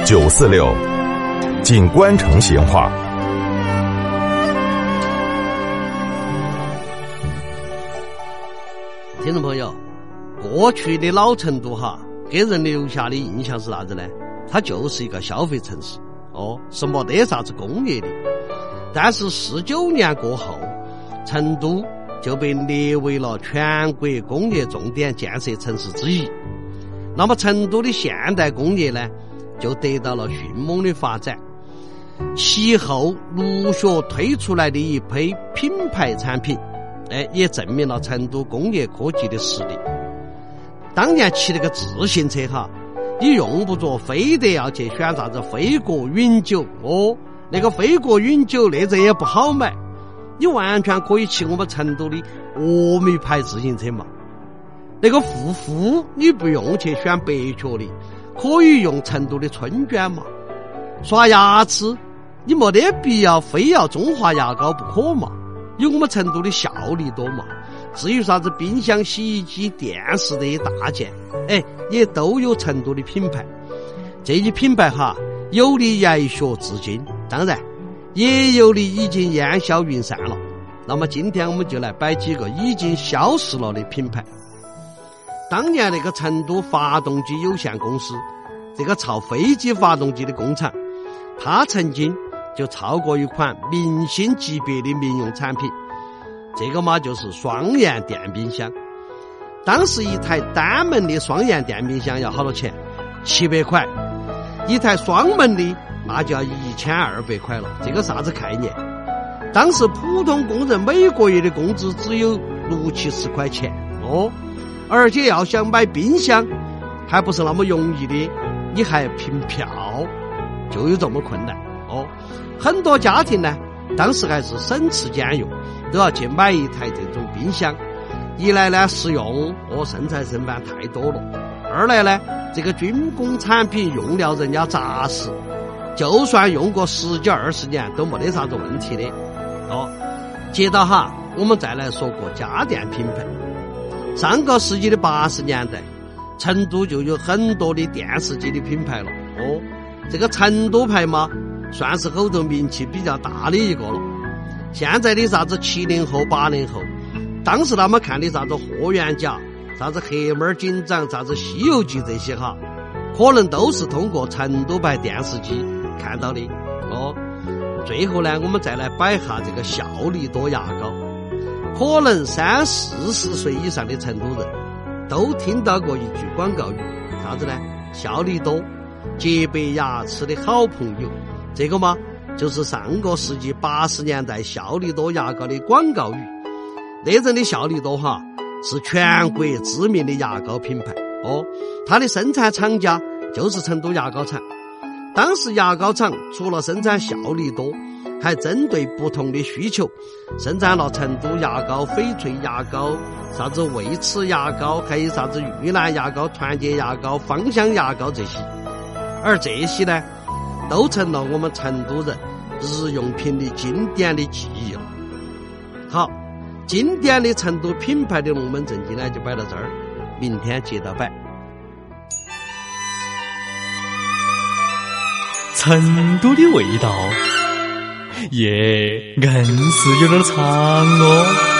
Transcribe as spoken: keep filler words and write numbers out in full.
九四六，锦官城闲话。 听众朋友，过去的老成都哈，给人留下的印象是啥子呢？它就是一个消费城市哦，是没得啥子工业的。但是四九年过后，成都就被列为了全国工业重点建设城市之一。那么成都的现代工业呢，就得到了迅猛的发展。其后陆续推出来的一批品牌产品，哎，也证明了成都工业科技的实力。当年骑那个自行车哈，你用不着非得要去选啥子飞国永久哦，那个飞国永久那阵也不好买，你完全可以骑我们成都的峨眉牌自行车嘛。那个护肤你不用去选白雀的，可以用成都的春卷嘛。刷牙齿你没得必要非要中华牙膏不可嘛，有我们成都的效力多嘛。至于啥子冰箱、洗衣机、电视这些大件，哎，也都有成都的品牌。这些品牌哈，有的延续至今，当然也有的已经烟消云散了。那么今天我们就来摆几个已经消失了的品牌。当年那个成都发动机有限公司，这个造飞机发动机的工厂，它曾经就造过一款明星级别的民用产品，这个嘛就是双焰电冰箱。当时一台单门的双焰电冰箱要好多钱？七百块。一台双门的那就要一千二百块了，这个啥子概念？当时普通工人每个月的工资只有六七十块钱哦，而且要想买冰箱还不是那么容易的，你还凭票，就有这么困难哦。很多家庭呢，当时还是省吃俭用，都要去买一台这种冰箱。一来呢实用，哦，生产生产太多了；二来呢，这个军工产品用料人家扎实，就算用过十几二十年都没得啥子问题的哦。接着哈，我们再来说过家电品牌。上个世纪的八十年代，成都就有很多的电视机的品牌了哦。这个成都牌嘛，算是后头名气比较大的一个了。现在的啥子七零后、八零后，当时他们看的啥子霍元甲、啥子黑猫警长、啥子西游记这些哈，可能都是通过成都牌电视机看到的哦。最后呢，我们再来摆下这个效力多牙膏。可能三四十岁以上的成都人都听到过一句广告语，啥子呢？效力多，洁白牙齿的好朋友。这个嘛，就是上个世纪八十年代效力多牙膏的广告语。那阵的效力多哈，是全国知名的牙膏品牌哦，它的生产厂家就是成都牙膏厂。当时牙膏厂除了生产效力多，还针对不同的需求生产了成都牙膏、翡翠牙膏、啥子卫齿牙膏，还有啥子玉兰牙膏、团结牙膏、芳香牙膏这些。而这些呢，都成了我们成都人日用品的经典的记忆了。好，经典的成都品牌的龙门阵今天就摆到这儿，明天接着摆。 成都的味道，耶，硬是有点长哦。